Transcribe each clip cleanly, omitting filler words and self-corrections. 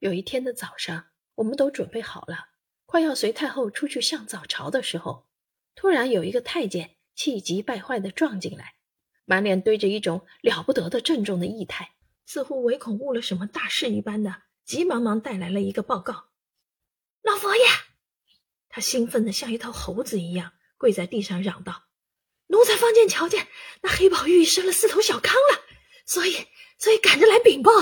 有一天的早上，我们都准备好了，快要随太后出去上早朝的时候，突然有一个太监气急败坏地撞进来，满脸堆着一种了不得的郑重的意态，似乎唯恐误了什么大事一般的，急忙忙带来了一个报告。老佛爷！他兴奋得像一头猴子一样，跪在地上嚷道：奴才方见瞧见那黑宝玉生了4头小康了，所以赶着来禀报。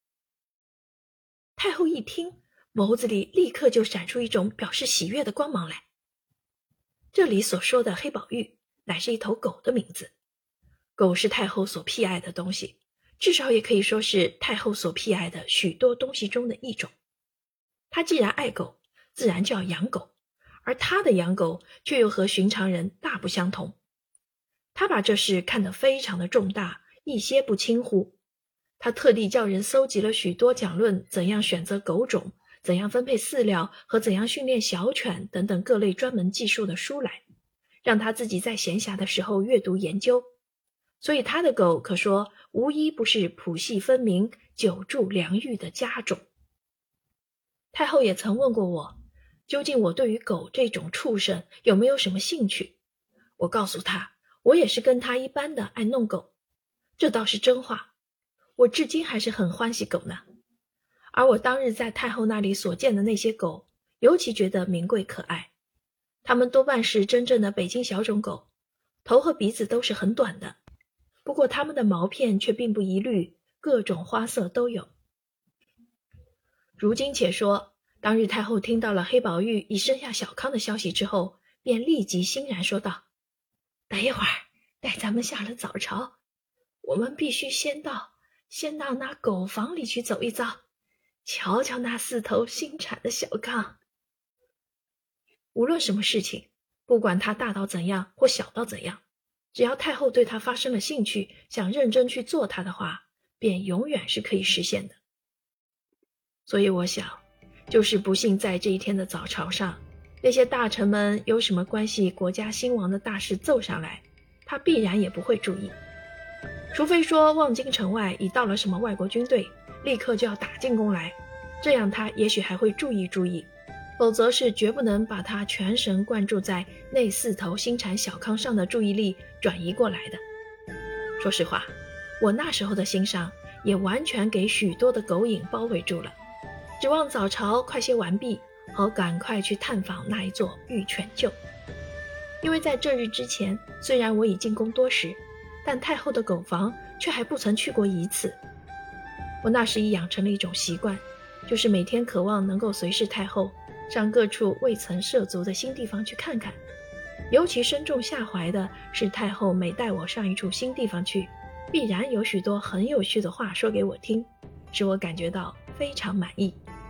太后一听，眸子里立刻就闪出一种表示喜悦的光芒来。这里所说的黑宝玉乃是一头狗的名字，狗是太后所偏爱的东西，至少也可以说是太后所偏爱的许多东西中的一种。她既然爱狗，自然就要养狗，而她的养狗却又和寻常人大不相同。她把这事看得非常的重大，一些不轻忽。他特地叫人搜集了许多讲论怎样选择狗种、怎样分配饲料和怎样训练小犬等等各类专门技术的书来，让他自己在闲暇的时候阅读研究。所以他的狗可说无一不是谱系分明、久住良育的佳种。太后也曾问过我，究竟我对于狗这种畜生有没有什么兴趣？我告诉他，我也是跟他一般的爱弄狗，这倒是真话。我至今还是很欢喜狗呢，而我当日在太后那里所见的那些狗，尤其觉得名贵可爱。它们多半是真正的北京小种狗，头和鼻子都是很短的，不过它们的毛片却并不一律，各种花色都有。如今且说，当日太后听到了黑宝玉已生下小康的消息之后，便立即欣然说道：等一会儿待咱们下了早朝，我们必须先到那狗房里去走一遭，瞧瞧那4头新产的小康。无论什么事情，不管它大到怎样或小到怎样，只要太后对它发生了兴趣，想认真去做它的话，便永远是可以实现的。所以我想，就是不幸在这一天的早朝上，那些大臣们有什么关系国家兴亡的大事奏上来，他必然也不会注意。除非说望京城外已到了什么外国军队，立刻就要打进宫来，这样他也许还会注意，否则是绝不能把他全神贯注在那4头新产小康上的注意力转移过来的。说实话，我那时候的心上也完全给许多的狗影包围住了，指望早朝快些完毕，好赶快去探访那一座玉泉臼。因为在这日之前，虽然我已进宫多时，但太后的狗房却还不曾去过一次。我那时已养成了一种习惯，就是每天渴望能够随侍太后上各处未曾涉足的新地方去看看。尤其深重下怀的是，太后每带我上一处新地方去，必然有许多很有趣的话说给我听，使我感觉到非常满意。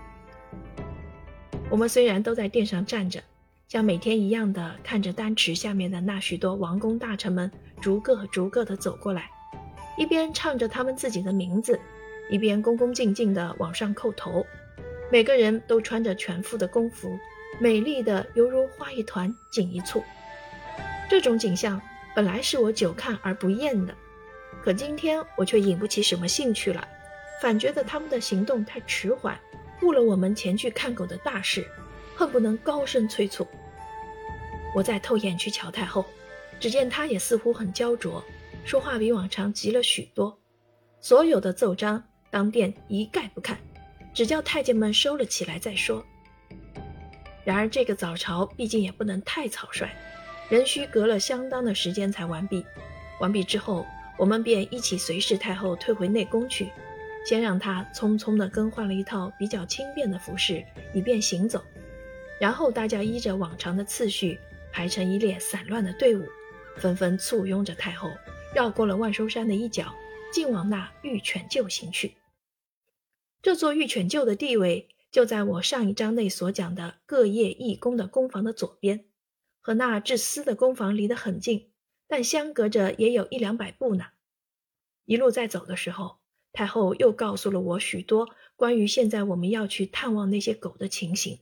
我们虽然都在殿上站着，像每天一样的看着丹池下面的那许多王公大臣们逐个的走过来，一边唱着他们自己的名字，一边恭恭敬敬的往上叩头。每个人都穿着全副的宫服，美丽的犹如花一团锦一簇。这种景象本来是我久看而不厌的，可今天我却引不起什么兴趣了，反觉得他们的行动太迟缓，误了我们前去看狗的大事，恨不能高声催促。我再透眼去瞧太后，只见她也似乎很焦灼，说话比往常急了许多，所有的奏章当殿一概不看，只叫太监们收了起来再说。然而这个早朝毕竟也不能太草率，仍需隔了相当的时间才完毕。完毕之后，我们便一起随侍太后退回内宫去，先让她匆匆地更换了一套比较轻便的服饰，以便行走。然后大家依着往常的次序，排成一列散乱的队伍，纷纷簇拥着太后，绕过了万寿山的一角，进往那玉泉臼行去。这座玉泉臼的地位就在我上一章内所讲的各业义工的工房的左边，和那制丝的工房离得很近，但相隔着也有100-200步呢。一路在走的时候，太后又告诉了我许多关于现在我们要去探望那些狗的情形。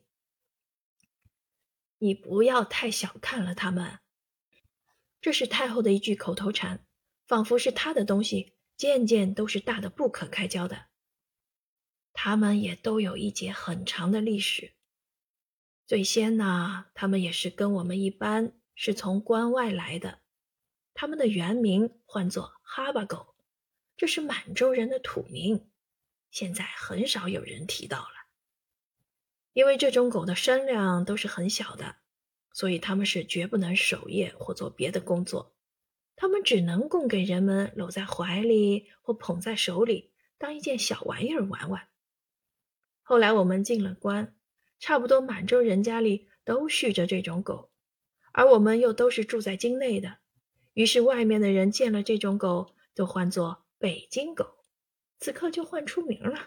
你不要太小看了它们，这是太后的一句口头禅，仿佛是她的东西件件都是大的不可开交的。 它们也都有一节很长的历史。最先呢，它们也是跟我们一般是从关外来的，它们的原名唤作哈巴狗，这是满洲人的土名，现在很少有人提到了。因为这种狗的身量都是很小的，所以它们是绝不能守夜或做别的工作，它们只能供给人们搂在怀里或捧在手里，当一件小玩意儿玩玩。后来我们进了关，差不多满洲人家里都蓄着这种狗，而我们又都是住在京内的，于是外面的人见了这种狗都唤作北京狗，此刻就唤出名了。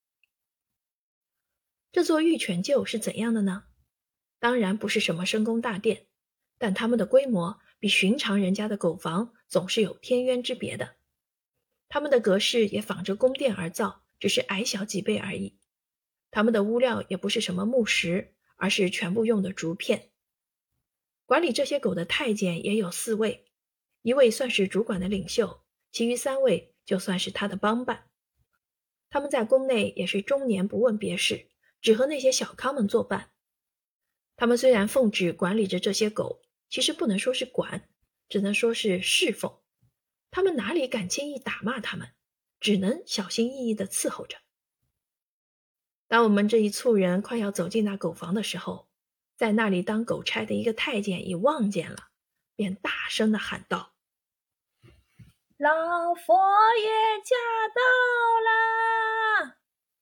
这座玉泉臼是怎样的呢？当然不是什么深宫大殿，但它们的规模比寻常人家的狗房总是有天渊之别的。它们的格式也仿着宫殿而造，只是矮小几倍而已。它们的屋料也不是什么木石，而是全部用的竹片。管理这些狗的太监也有4位，一位算是主管的领袖，其余3位就算是他的帮办。他们在宫内也是终年不问别事，只和那些小康们作伴。他们虽然奉旨管理着这些狗，其实不能说是管，只能说是侍奉。他们哪里敢轻易打骂他们，只能小心翼翼地伺候着。当我们这一簇人快要走进那狗房的时候，在那里当狗差的一个太监已望见了，便大声地喊道：老佛爷驾到啦！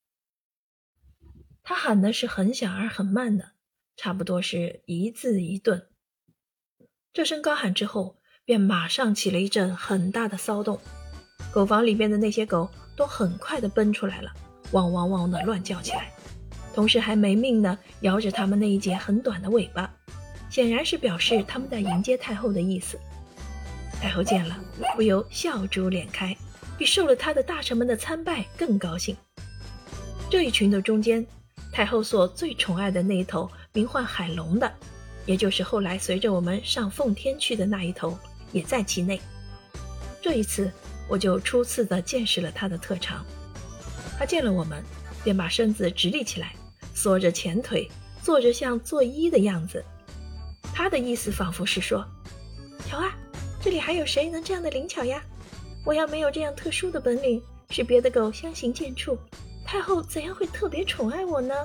他喊的是很响而很慢的，差不多是一字一顿。这声高喊之后，便马上起了一阵很大的骚动，狗房里面的那些狗都很快地奔出来了，汪汪汪地乱叫起来，同时还没命地摇着他们那一截很短的尾巴，显然是表示他们在迎接太后的意思。太后见了，不由笑逐脸开，比受了他的大臣们的参拜更高兴。这一群的中间，太后所最宠爱的那一头名唤海龙的，也就是后来随着我们上奉天去的那一头，也在其内。这一次我就初次地见识了他的特长。他见了我们，便把身子直立起来，缩着前腿，做着像作揖的样子。他的意思仿佛是说，瞧啊，这里还有谁能这样的灵巧呀？我要没有这样特殊的本领，使别的狗相形见绌，太后怎样会特别宠爱我呢？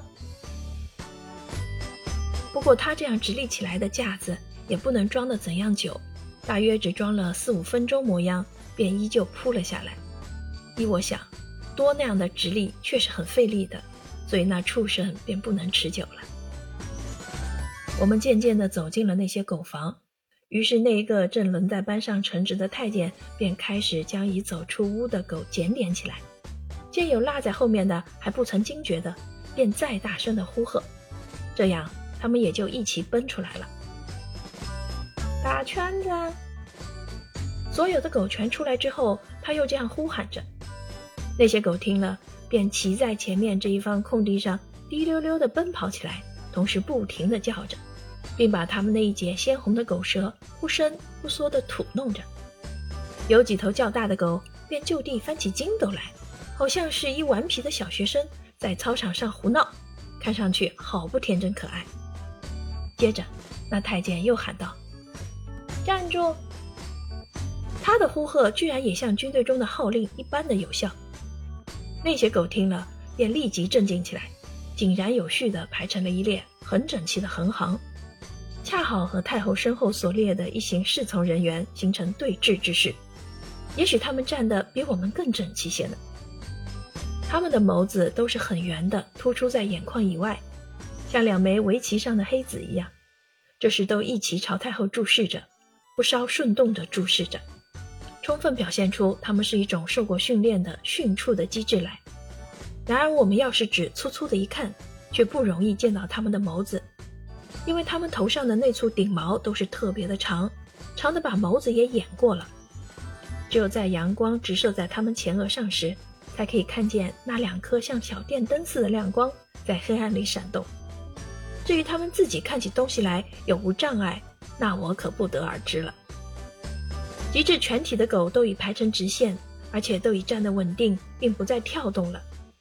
不过他这样直立起来的架子也不能装得怎样久，大约只装了4-5分钟模样，便依旧扑了下来。依我想，多那样的直立确实很费力的，所以那畜生便不能持久了。我们渐渐地走进了那些狗房，于是那一个正轮在班上称职的太监便开始将已走出屋的狗检点起来，见有落在后面的还不曾惊觉的，便再大声地呼喝，这样他们也就一起奔出来了。打圈子！所有的狗全出来之后，他又这样呼喊着。那些狗听了，便骑在前面这一方空地上滴溜溜地奔跑起来，同时不停地叫着，并把他们那一截鲜红的狗舌忽伸忽缩地吐弄着。有几头较大的狗便就地翻起筋斗来，好像是一顽皮的小学生在操场上胡闹，看上去好不天真可爱。接着那太监又喊道，站住！他的呼喝居然也像军队中的号令一般的有效。那些狗听了便立即镇静起来，井然有序地排成了一列很整齐的横行，恰好和太后身后所列的一行侍从人员形成对峙之势。也许他们站得比我们更整齐些呢。他们的眸子都是很圆的，突出在眼眶以外，像2枚围棋上的黑子一样，这时都一起朝太后注视着，不稍顺动地注视着，充分表现出他们是一种受过训练的驯畜的机智来。然而我们要是只粗粗的一看，却不容易见到他们的眸子，因为他们头上的那簇顶毛都是特别的长，长的把眸子也掩过了。只有在阳光直射在他们前额上时，才可以看见那2颗像小电灯似的亮光在黑暗里闪动。至于他们自己看起东西来有无障碍，那我可不得而知了。及至全体的狗都已排成直线，而且都已站得稳定，并不再跳动了，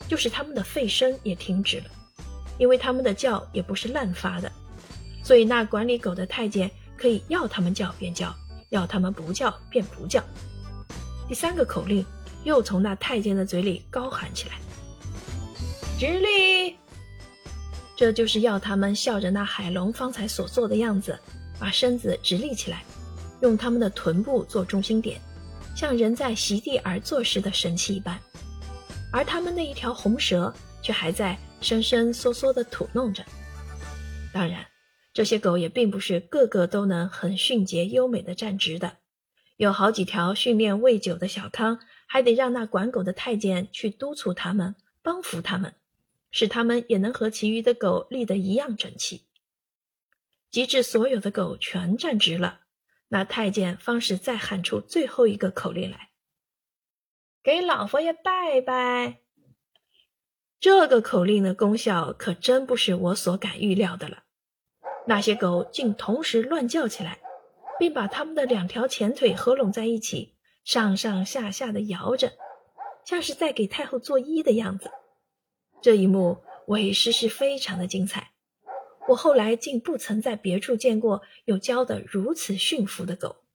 就是它们的吠声也停止了，因为它们的叫也不是滥发的，所以那管理狗的太监可以要它们叫便叫，要它们不叫便不叫。第3个口令又从那太监的嘴里高喊起来：直立！这就是要他们笑着那海龙方才所做的样子，把身子直立起来，用他们的臀部做中心点，像人在席地而坐时的神气一般。而他们那一条红蛇却还在伸伸缩缩地吐弄着。当然，这些狗也并不是个个都能很迅捷优美地站直的，有好几条训练未久的小康，还得让那管狗的太监去督促他们，帮扶他们，使他们也能和其余的狗立得一样整齐。及至所有的狗全站直了，那太监方是再喊出最后一个口令来：给老佛爷拜拜。这个口令的功效可真不是我所敢预料的了。那些狗竟同时乱叫起来，并把它们的2条前腿合拢在一起，上上下下地摇着，像是在给太后作揖的样子。这一幕委实是非常的精彩，我后来竟不曾在别处见过有教得如此驯服的狗。